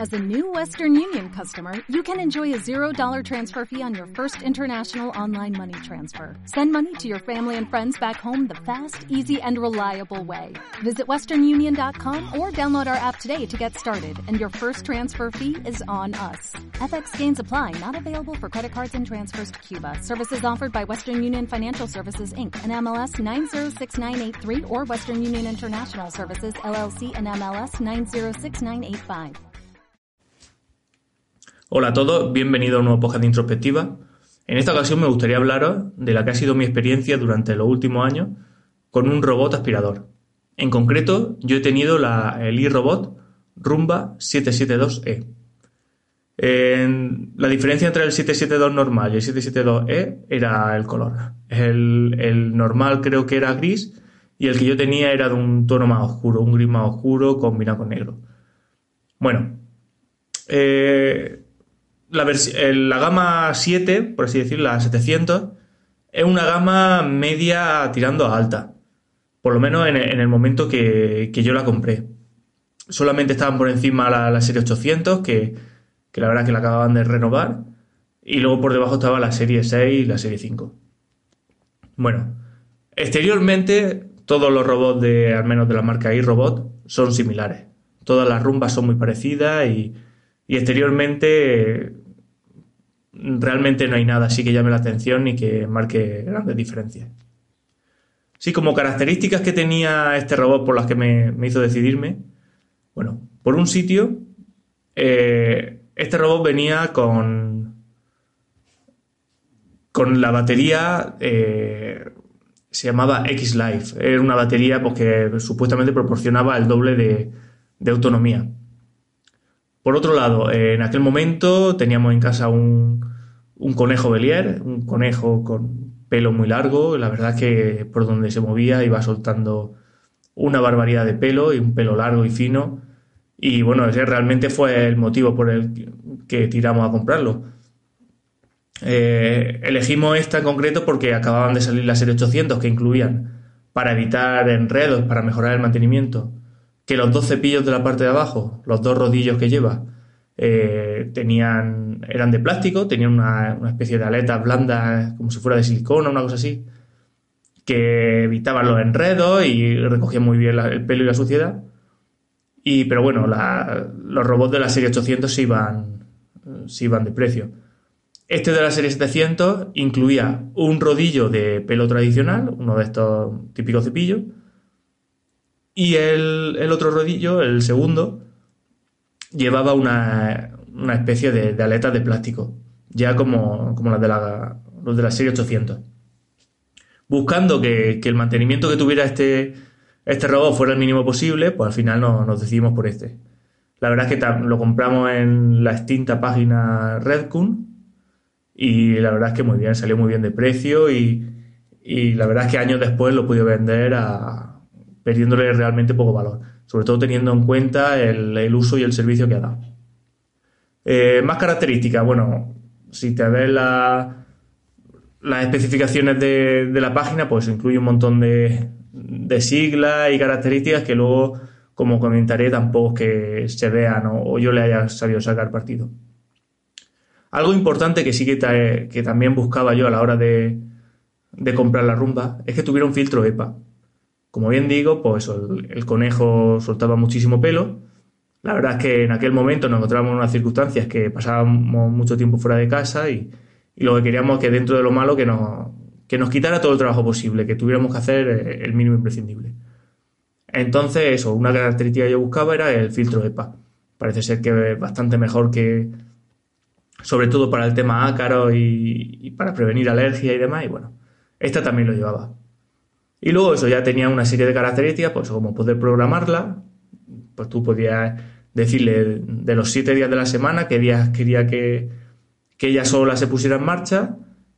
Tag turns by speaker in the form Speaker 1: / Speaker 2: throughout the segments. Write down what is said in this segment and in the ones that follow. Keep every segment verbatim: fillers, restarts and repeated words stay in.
Speaker 1: As a new Western Union customer, you can enjoy a zero dollar transfer fee on your first international online money transfer. Send money to your family and friends back home the fast, easy, and reliable way. Visit western union dot com or download our app today to get started, and your first transfer fee is on us. F X gains apply, not available for credit cards and transfers to Cuba. Services offered by Western Union Financial Services, Incorporated, and M L S nine zero six nine eight three or Western Union International Services, L L C, and M L S nine zero six nine eight five.
Speaker 2: Hola a todos, bienvenidos a un nuevo podcast de introspectiva. En esta ocasión me gustaría hablaros de la que ha sido mi experiencia durante los últimos años con un robot aspirador. En concreto, yo he tenido la, el iRobot Roomba setecientos setenta y dos E. En, la diferencia entre el setecientos setenta y dos normal y el setecientos setenta y dos E era el color. El, el normal creo que era gris y el que yo tenía era de un tono más oscuro, un gris más oscuro combinado con negro. Bueno, eh, la, vers- la gama siete, por así decirlo, la setecientos, es una gama media tirando a alta. Por lo menos en el, en el momento que, que yo la compré. Solamente estaban por encima la, la serie ochocientos, que, que la verdad que la acababan de renovar. Y luego por debajo estaba la serie seis y la serie cinco. Bueno, exteriormente todos los robots, de al menos de la marca iRobot, son similares. Todas las Roombas son muy parecidas y, y exteriormente realmente no hay nada así que llame la atención ni que marque grandes diferencias. Sí, como características que tenía este robot por las que me, me hizo decidirme. Bueno, por un sitio, eh, este robot venía con, con la batería, eh, se llamaba X-Life. Era una batería pues, que supuestamente proporcionaba el doble de, de autonomía. Por otro lado, eh, en aquel momento teníamos en casa un, un conejo Bélier, un conejo con pelo muy largo. La verdad es que por donde se movía iba soltando una barbaridad de pelo, y un pelo largo y fino. Y bueno, ese realmente fue el motivo por el que tiramos a comprarlo. Eh, elegimos esta en concreto porque acababan de salir la serie ochocientos, que incluían, para evitar enredos, para mejorar el mantenimiento, que los dos cepillos de la parte de abajo, los dos rodillos que lleva, eh, tenían, eran de plástico, tenían una, una especie de aletas blandas, como si fuera de silicona, una cosa así, que evitaban los enredos y recogían muy bien la, el pelo y la suciedad. Y, pero bueno, la, los robots de la serie ochocientos se iban, se iban de precio. Este de la serie setecientos incluía un rodillo de pelo tradicional, uno de estos típicos cepillos, y el, el otro rodillo, el segundo, llevaba una, una especie de, de aletas de plástico, ya como, como las de la, los de la serie ochocientos. Buscando que, que el mantenimiento que tuviera este, este robot fuera el mínimo posible, pues al final no, nos decidimos por este. La verdad es que tam- lo compramos en la extinta página Redcon y la verdad es que muy bien, salió muy bien de precio y, y la verdad es que años después lo pude vender a perdiéndole realmente poco valor, sobre todo teniendo en cuenta el, el uso y el servicio que ha dado. Eh, más características, bueno, si te ves la, las especificaciones de, de la página, pues incluye un montón de, de siglas y características que luego, como comentaré, tampoco es que se vean o, o yo le haya sabido sacar partido. Algo importante que sí que, ta, que también buscaba yo a la hora de, de comprar la Roomba es que tuviera un filtro E P A. Como bien digo, pues el, el conejo soltaba muchísimo pelo. La verdad es que en aquel momento nos encontrábamos en unas circunstancias que pasábamos mucho tiempo fuera de casa y, y lo que queríamos es que dentro de lo malo que nos, que nos quitara todo el trabajo posible, que tuviéramos que hacer el mínimo imprescindible. Entonces, eso, una característica que yo buscaba era el filtro E P A. Parece ser que es bastante mejor que, sobre todo para el tema ácaro y, y para prevenir alergia y demás, y bueno, esta también lo llevaba. Y luego eso ya tenía una serie de características, pues como poder programarla, pues tú podías decirle de los siete días de la semana qué días quería que, que ella sola se pusiera en marcha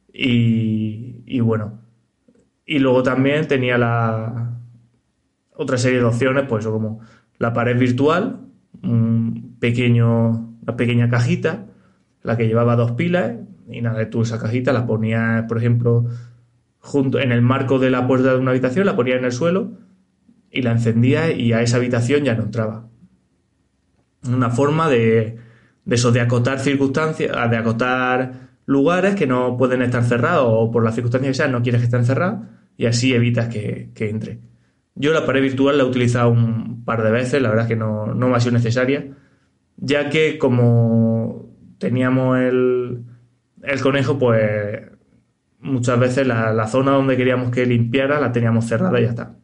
Speaker 2: y, y bueno. Y luego también tenía la otra serie de opciones, pues eso como la pared virtual, un pequeño, una pequeña cajita, la que llevaba dos pilas, y nada, tú esa cajita la ponías, por ejemplo, junto en el marco de la puerta de una habitación, la ponías en el suelo y la encendías y a esa habitación ya no entraba. una forma de, de eso, de acotar circunstancias, de acotar lugares que no pueden estar cerrados o por las circunstancias que sean no quieres que estén cerrados y así evitas que, que entre. Yo la pared virtual la he utilizado un par de veces, la verdad es que no, no me ha sido necesaria, ya que como teníamos el, el conejo, pues muchas veces la, la zona donde queríamos que limpiara la teníamos cerrada y ya está.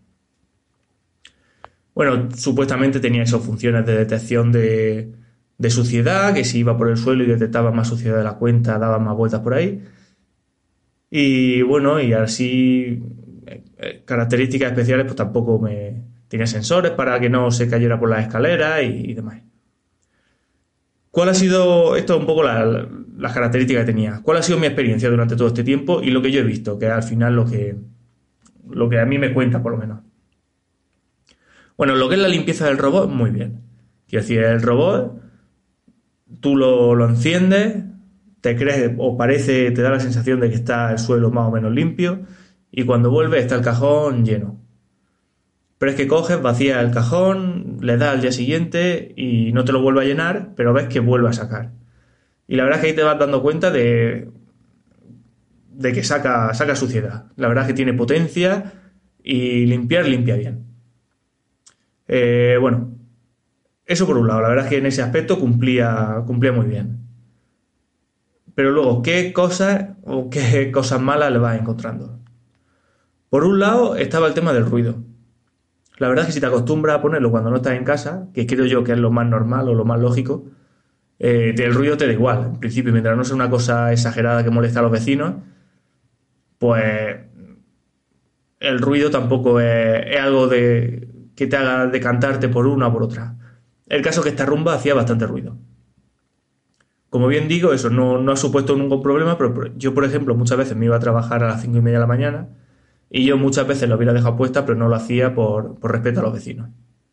Speaker 2: Bueno, supuestamente tenía esas funciones de detección de, de suciedad, que si iba por el suelo y detectaba más suciedad de la cuenta, daba más vueltas por ahí. Y bueno, y así eh, características especiales, pues tampoco me... Tenía sensores para que no se cayera por las escaleras y, y demás. ¿Cuál ha sido, esto un poco la, la, las características que tenía? ¿Cuál ha sido mi experiencia durante todo este tiempo y lo que yo he visto? Que es al final lo que, lo que a mí me cuenta, por lo menos. Bueno, lo que es la limpieza del robot, muy bien. Quiero decir, el robot, tú lo, lo enciendes, te crees o parece, te da la sensación de que está el suelo más o menos limpio y cuando vuelves está el cajón lleno. Pero es que coges, vacías el cajón, le das al día siguiente y no te lo vuelve a llenar, pero ves que vuelve a sacar. Y la verdad es que ahí te vas dando cuenta de, de que saca, saca suciedad. La verdad es que tiene potencia y limpiar, limpia bien. Eh, bueno, eso por un lado. La verdad es que en ese aspecto cumplía, cumplía muy bien. Pero luego, ¿qué cosas o qué cosas malas le vas encontrando? Por un lado estaba el tema del ruido. La verdad es que si te acostumbras a ponerlo cuando no estás en casa, que creo yo que es lo más normal o lo más lógico, eh, el ruido te da igual. En principio, mientras no sea una cosa exagerada que molesta a los vecinos, pues el ruido tampoco es, es algo de, que te haga decantarte por una o por otra. El caso es que esta rumba hacía bastante ruido. Como bien digo, eso no, no ha supuesto ningún problema, pero yo, por ejemplo, muchas veces me iba a trabajar a las cinco y media de la mañana y yo muchas veces lo hubiera dejado puesta, pero no lo hacía por, por respeto a los vecinos.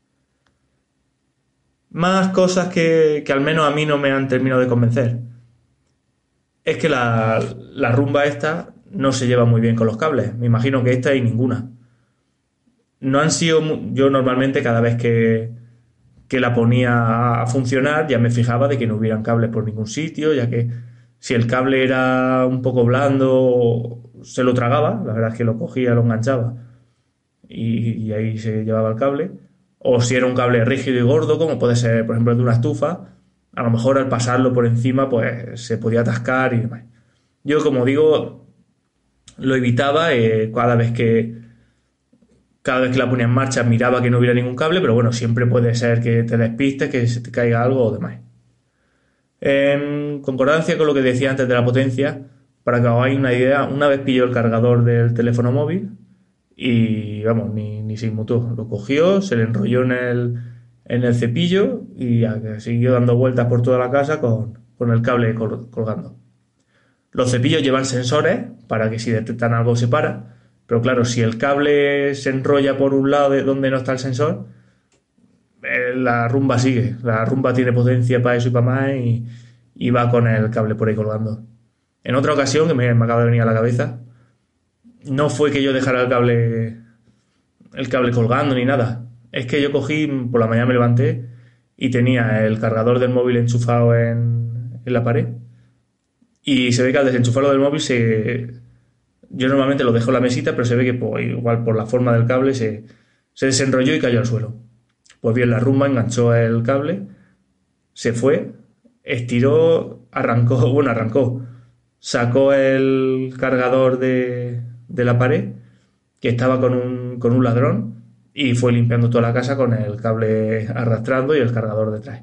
Speaker 2: Más cosas que, que al menos a mí no me han terminado de convencer. Es que la, la rumba esta no se lleva muy bien con los cables. Me imagino que esta y ninguna. No han sido... Yo normalmente cada vez que, que la ponía a funcionar ya me fijaba de que no hubieran cables por ningún sitio, ya que si el cable era un poco blando se lo tragaba, la verdad es que lo cogía, lo enganchaba y, y ahí se llevaba el cable. O si era un cable rígido y gordo, como puede ser, por ejemplo, el de una estufa, a lo mejor al pasarlo por encima pues se podía atascar y demás. Yo, como digo, lo evitaba eh, cada vez que cada vez que la ponía en marcha miraba que no hubiera ningún cable, pero bueno, siempre puede ser que te despistes, que se te caiga algo o demás. En concordancia con lo que decía antes de la potencia, para que os hagáis una idea, una vez pilló el cargador del teléfono móvil y, vamos, ni, ni se inmutó. Lo cogió, se le enrolló en el, en el cepillo y siguió dando vueltas por toda la casa con, con el cable col, colgando. Los cepillos llevan sensores para que si detectan algo se para, pero claro, si el cable se enrolla por un lado de donde no está el sensor, eh, la rumba sigue. La rumba tiene potencia para eso y para más y, y va con el cable por ahí colgando. En otra ocasión, que me, me acaba de venir a la cabeza, no fue que yo dejara el cable el cable colgando ni nada. Es que yo cogí, por la mañana me levanté y tenía el cargador del móvil enchufado en, en la pared y se ve que al desenchufarlo del móvil se... Yo normalmente lo dejo en la mesita, pero se ve que pues, igual por la forma del cable se, se desenrolló y cayó al suelo. Pues bien, la rumba enganchó el cable, se fue, estiró, arrancó, bueno, arrancó, sacó el cargador de, de la pared, que estaba con un, con un ladrón, y fue limpiando toda la casa con el cable arrastrando y el cargador detrás.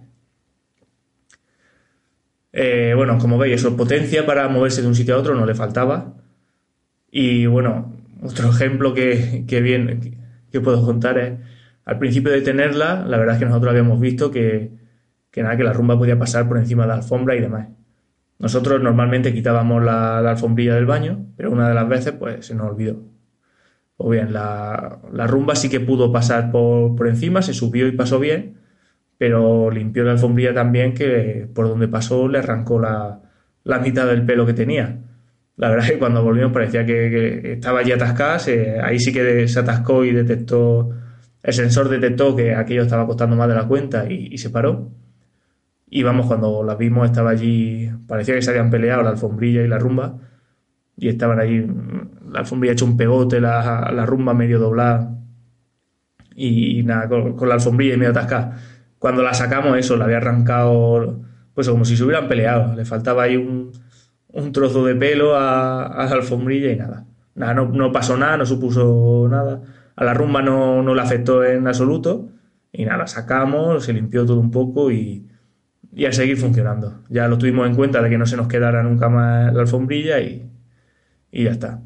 Speaker 2: Eh, bueno, como veis, eso, potencia para moverse de un sitio a otro no le faltaba. Y bueno, otro ejemplo que, que bien que, que puedo contar es, al principio de tenerla, la verdad es que nosotros habíamos visto que, que nada, que la rumba podía pasar por encima de la alfombra y demás. Nosotros normalmente quitábamos la, la alfombrilla del baño, pero una de las veces pues se nos olvidó. O bien, la, la rumba sí que pudo pasar por, por encima, se subió y pasó bien, pero limpió la alfombrilla también, que por donde pasó le arrancó la, la mitad del pelo que tenía. La verdad es que cuando volvimos parecía que, que estaba ya atascada, se, ahí sí que se atascó y detectó, el sensor detectó que aquello estaba costando más de la cuenta y, y se paró. Y vamos, cuando las vimos estaba allí, parecía que se habían peleado la alfombrilla y la rumba, y estaban allí, la alfombrilla hecho un pegote, la, la rumba medio doblada, y, y nada, con, con la alfombrilla y medio atascada. Cuando la sacamos, eso, la había arrancado, pues como si se hubieran peleado, le faltaba ahí un, un trozo de pelo a, a la alfombrilla y nada. Nada, no, no pasó nada, no supuso nada. A la rumba no, no le afectó en absoluto, y nada, la sacamos, se limpió todo un poco y y a seguir funcionando. Ya lo tuvimos en cuenta de que no se nos quedara nunca más la alfombrilla y, y ya está.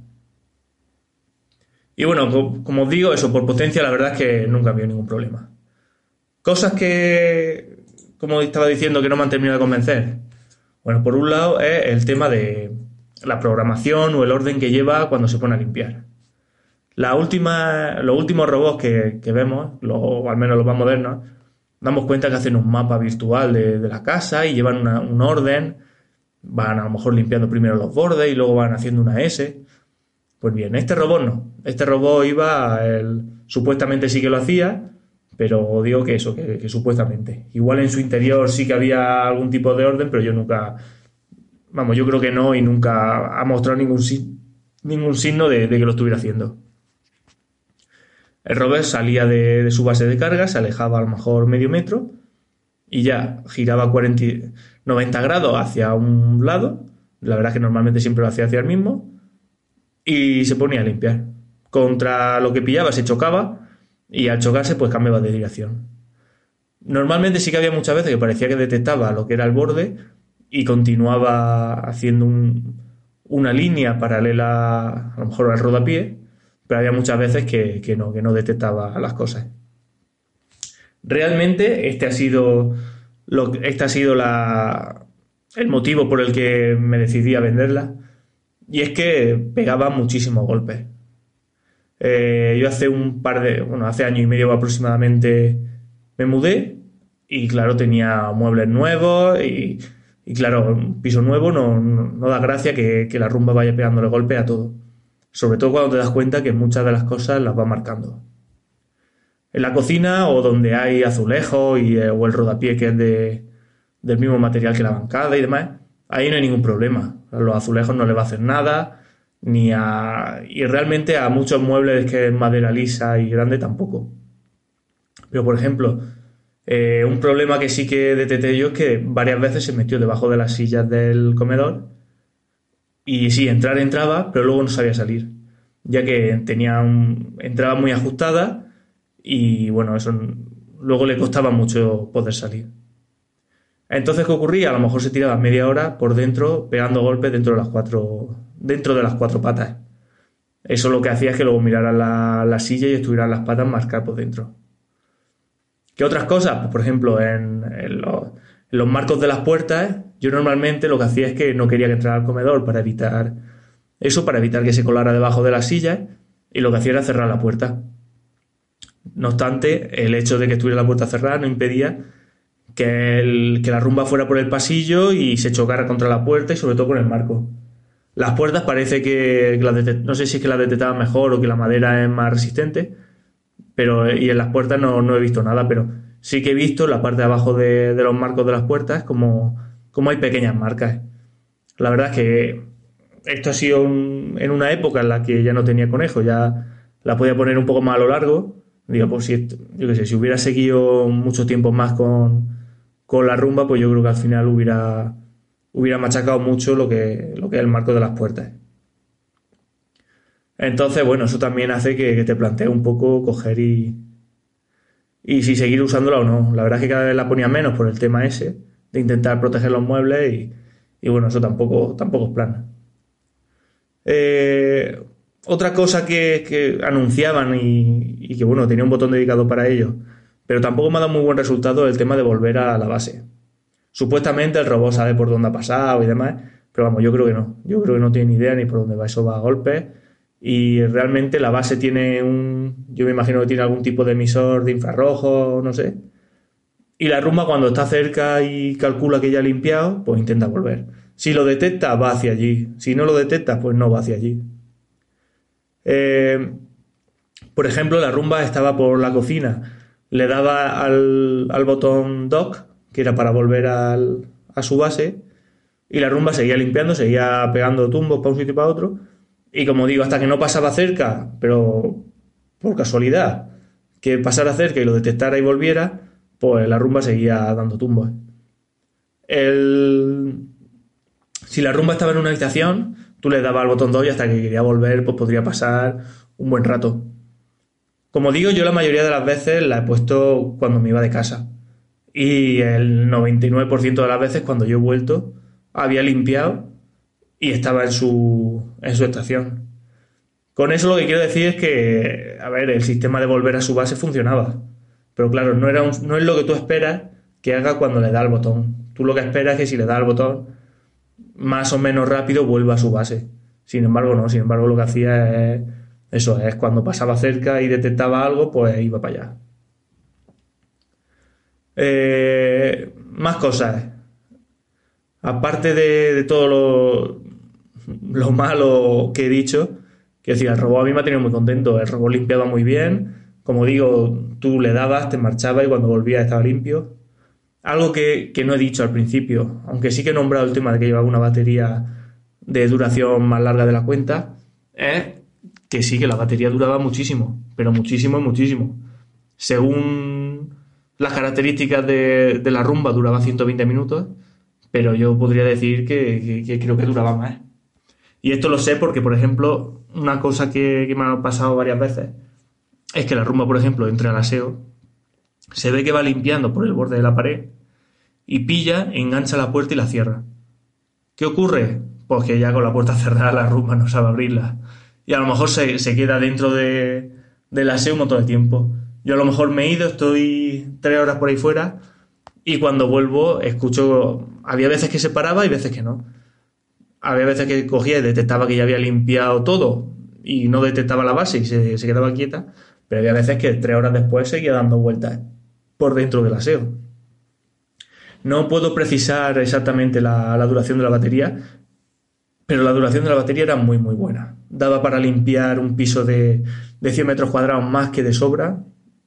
Speaker 2: Y bueno, como os digo, eso por potencia la verdad es que nunca había ningún problema. Cosas que, como estaba diciendo, que no me han terminado de convencer. Bueno, por un lado es el tema de la programación o el orden que lleva cuando se pone a limpiar. La última, los últimos robots que, que vemos, los, o al menos los más modernos, damos cuenta que hacen un mapa virtual de, de la casa y llevan una, un orden, van a lo mejor limpiando primero los bordes y luego van haciendo una S. Pues bien, este robot no. Este robot iba, el, supuestamente sí que lo hacía, pero digo que eso, que, que supuestamente. Igual en su interior sí que había algún tipo de orden, pero yo nunca, vamos, yo creo que no y nunca ha mostrado ningún, ningún signo de, de que lo estuviera haciendo. El rover salía de, de su base de carga, se alejaba a lo mejor medio metro y ya giraba cuarenta, noventa grados hacia un lado, la verdad es que normalmente siempre lo hacía hacia el mismo, y se ponía a limpiar. Contra lo que pillaba se chocaba y al chocarse pues cambiaba de dirección. Normalmente sí que había muchas veces que parecía que detectaba lo que era el borde y continuaba haciendo un, una línea paralela a lo mejor al rodapié, pero había muchas veces que, que no, que no detectaba las cosas. Realmente este ha sido, lo, este ha sido la, el motivo por el que me decidí a venderla, y es que pegaba muchísimos golpes. Eh, yo hace un par de, bueno, hace año y medio aproximadamente me mudé y claro, tenía muebles nuevos y, y claro, un piso nuevo no, no, no da gracia que, que la rumba vaya pegándole golpes a todo. Sobre todo cuando te das cuenta que muchas de las cosas las va marcando. En la cocina o donde hay azulejos y, o el rodapié que es de, del mismo material que la bancada y demás, ahí no hay ningún problema. A los azulejos no le va a hacer nada, ni a, y realmente a muchos muebles que es madera lisa y grande tampoco. Pero por ejemplo, eh, un problema que sí que detecté yo es que varias veces se metió debajo de las sillas del comedor. Y sí, entrar entraba, pero luego no sabía salir, ya que tenía un, entraba muy ajustada y bueno, eso luego le costaba mucho poder salir. Entonces, ¿qué ocurría? A lo mejor se tiraba media hora por dentro pegando golpes dentro de las cuatro, dentro de las cuatro patas. Eso lo que hacía es que luego miraran la, la silla y estuvieran las patas marcadas por dentro. ¿Qué otras cosas? Pues, por ejemplo, en, en, los, en los marcos de las puertas, yo normalmente lo que hacía es que no quería que entrara al comedor para evitar eso, para evitar que se colara debajo de las sillas, y lo que hacía era cerrar la puerta. No obstante, el hecho de que estuviera la puerta cerrada no impedía que, el, que la rumba fuera por el pasillo y se chocara contra la puerta y sobre todo con el marco. Las puertas parece que, que las detect- no sé si es que las detectaban mejor o que la madera es más resistente, pero y en las puertas no, no he visto nada, pero sí que he visto en la parte de abajo de, de los marcos de las puertas como, como hay pequeñas marcas. La verdad es que esto ha sido un, en una época en la que ya no tenía conejo, ya la podía poner un poco más a lo largo. Digo, pues si esto, yo qué sé, si hubiera seguido mucho tiempo más con, con la rumba, pues yo creo que al final hubiera, hubiera machacado mucho lo que, lo que es el marco de las puertas. Entonces, bueno, eso también hace que, que te plantees un poco coger y, y si seguir usándola o no. La verdad es que cada vez la ponía menos por el tema ese, de intentar proteger los muebles y, y bueno, eso tampoco, tampoco es plan. Eh, otra cosa que, que anunciaban y, y que bueno, tenía un botón dedicado para ello, pero tampoco me ha dado muy buen resultado el tema de volver a la base. Supuestamente el robot sabe por dónde ha pasado y demás, pero vamos, yo creo que no. Yo creo que no tiene ni idea ni por dónde va. Eso va a golpes. Y realmente la base tiene un... Yo me imagino que tiene algún tipo de emisor de infrarrojo, no sé. Y la rumba cuando está cerca y calcula que ya ha limpiado, pues intenta volver. Si lo detecta, va hacia allí. Si no lo detecta, pues no va hacia allí. Eh, por ejemplo, la rumba estaba por la cocina. Le daba al, al botón dock, que era para volver al, a su base, y la rumba seguía limpiando, seguía pegando tumbos para un sitio y para otro, y como digo, hasta que no pasaba cerca, pero por casualidad, que pasara cerca y lo detectara y volviera, pues la rumba seguía dando tumbos. El... Si la rumba estaba en una habitación, tú le dabas al botón dos y hasta que quería volver, pues podría pasar un buen rato. Como digo, yo la mayoría de las veces la he puesto cuando me iba de casa. Y el noventa y nueve por ciento de las veces cuando yo he vuelto, había limpiado y estaba en su, en su estación. Con eso lo que quiero decir es que, a ver, el sistema de volver a su base funcionaba. Pero claro, no, era un, no es lo que tú esperas que haga cuando le da al botón. Tú lo que esperas es que si le da al botón, más o menos rápido vuelva a su base. Sin embargo, no. Sin embargo, lo que hacía es... Eso es, cuando pasaba cerca y detectaba algo, pues iba para allá. Eh, más cosas. Aparte de, de todo lo, lo malo que he dicho, que decir, el robot a mí me ha tenido muy contento. El robot limpiaba muy bien. Como digo, tú le dabas, te marchabas y cuando volvías estaba limpio. Algo que, que no he dicho al principio, aunque sí que he nombrado el tema de que llevaba una batería de duración más larga de la cuenta, es que sí, que la batería duraba muchísimo, pero muchísimo, muchísimo. Según las características de, de la rumba, duraba ciento veinte minutos, pero yo podría decir que, que, que creo que duraba más. Y esto lo sé porque, por ejemplo, una cosa que, que me ha pasado varias veces es que la rumba, por ejemplo, entra al aseo, se ve que va limpiando por el borde de la pared y pilla, engancha la puerta y la cierra. ¿Qué ocurre? Pues que ya con la puerta cerrada la rumba no sabe abrirla. Y a lo mejor se, se queda dentro de, del aseo un montón de tiempo. Yo a lo mejor me he ido, estoy tres horas por ahí fuera y cuando vuelvo escucho... Había veces que se paraba y veces que no. Había veces que cogía y detectaba que ya había limpiado todo y no detectaba la base y se, se quedaba quieta, pero había veces que tres horas después seguía dando vueltas por dentro del aseo. No puedo precisar exactamente la, la duración de la batería, pero la duración de la batería era muy muy buena. Daba para limpiar un piso de, de cien metros cuadrados más que de sobra.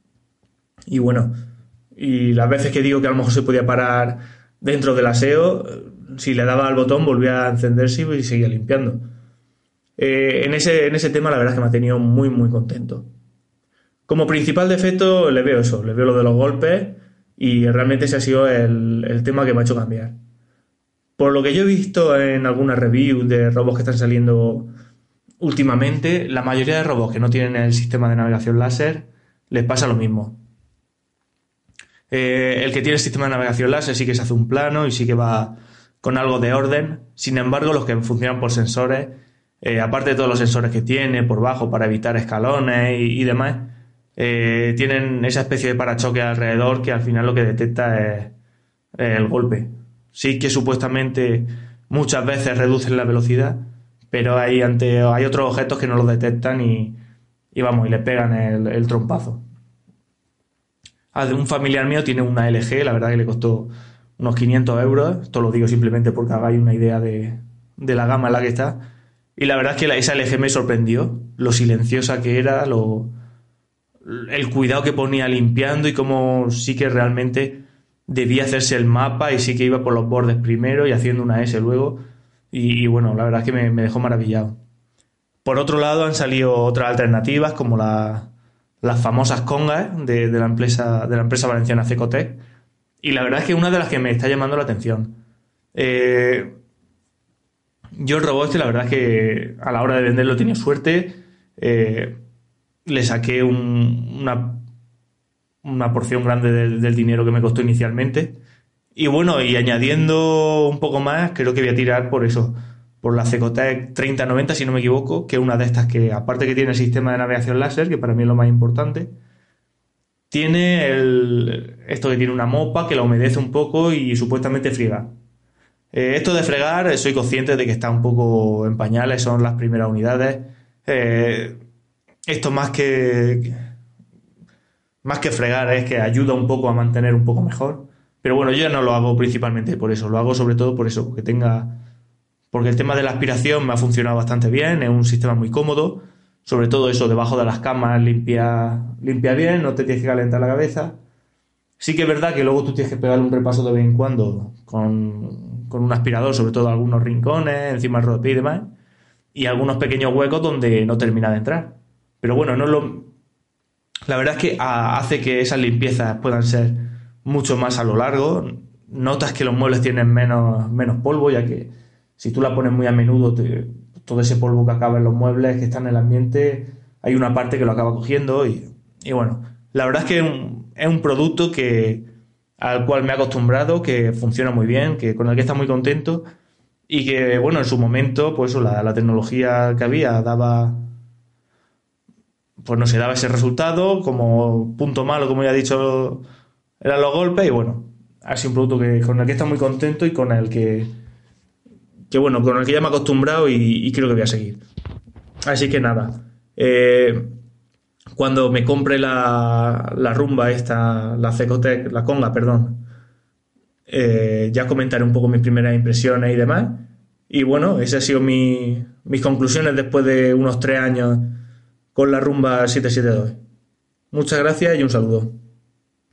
Speaker 2: Y bueno, y las veces que digo que a lo mejor se podía parar dentro del aseo, si le daba al botón volvía a encenderse y seguía limpiando. Eh, en, ese, en ese tema la verdad es que me ha tenido muy muy contento. Como principal defecto le veo eso, le veo lo de los golpes y realmente ese ha sido el, el tema que me ha hecho cambiar. Por lo que yo he visto en algunas reviews de robots que están saliendo últimamente, la mayoría de robots que no tienen el sistema de navegación láser les pasa lo mismo. Eh, el que tiene el sistema de navegación láser sí que se hace un plano y sí que va con algo de orden. Sin embargo, los que funcionan por sensores, eh, aparte de todos los sensores que tiene por bajo para evitar escalones y, y demás, eh, tienen esa especie de parachoque alrededor que al final lo que detecta es, es el golpe. Sí que supuestamente muchas veces reducen la velocidad, pero hay, ante, hay otros objetos que no lo detectan y, y vamos, y le pegan el, el trompazo. Ah, de un familiar mío tiene una L G, la verdad que le costó unos quinientos euros, esto lo digo simplemente porque hagáis una idea de, de la gama en la que está, y la verdad es que la, esa L G me sorprendió, lo silenciosa que era, lo, el cuidado que ponía limpiando y cómo sí que realmente debía hacerse el mapa y sí que iba por los bordes primero y haciendo una S luego y, y bueno, la verdad es que me, me dejó maravillado. Por otro lado han salido otras alternativas como la, las famosas congas de, de, la empresa, de la empresa valenciana Cecotec y la verdad es que una de las que me está llamando la atención. Eh, yo el robot este la verdad es que a la hora de venderlo he tenido suerte, eh, le saqué un, una una porción grande del, del dinero que me costó inicialmente y bueno, y añadiendo un poco más creo que voy a tirar por eso, por la Cecotec treinta noventa si no me equivoco, que es una de estas que aparte que tiene el sistema de navegación láser, que para mí es lo más importante, tiene el, esto que tiene una mopa que la humedece un poco y supuestamente friega. Eh, esto de fregar soy consciente de que está un poco en pañales, son las primeras unidades, eh, esto más que Más que fregar es que ayuda un poco a mantener un poco mejor. Pero bueno, yo ya no lo hago principalmente por eso. Lo hago sobre todo por eso, porque tenga... Porque el tema de la aspiración me ha funcionado bastante bien. Es un sistema muy cómodo. Sobre todo eso, debajo de las camas limpia, limpia bien. No te tienes que calentar la cabeza. Sí que es verdad que luego tú tienes que pegarle un repaso de vez en cuando con, con un aspirador, sobre todo algunos rincones, encima del rodapé y demás, y algunos pequeños huecos donde no termina de entrar. Pero bueno, no lo... la verdad es que hace que esas limpiezas puedan ser mucho más a lo largo. Notas que los muebles tienen menos, menos polvo, ya que si tú la pones muy a menudo, te, todo ese polvo que acaba en los muebles, que está en el ambiente, hay una parte que lo acaba cogiendo y, y bueno, la verdad es que es un, es un producto que, al cual me he acostumbrado, que funciona muy bien, que con el que está muy contento y que, bueno, en su momento, pues la, la tecnología que había daba, pues no sé, daba ese resultado. Como punto malo, como ya he dicho, eran los golpes y bueno, ha sido un producto que, con el que está muy contento y con el que, que bueno, con el que ya me he acostumbrado y, y creo que voy a seguir. Así que nada, eh, cuando me compre la, la rumba esta, la Cecotec, la Conga, perdón, eh, ya comentaré un poco mis primeras impresiones y demás. Y bueno, esas han sido mi, mis conclusiones después de unos tres años con la rumba siete siete dos. Muchas gracias y un saludo.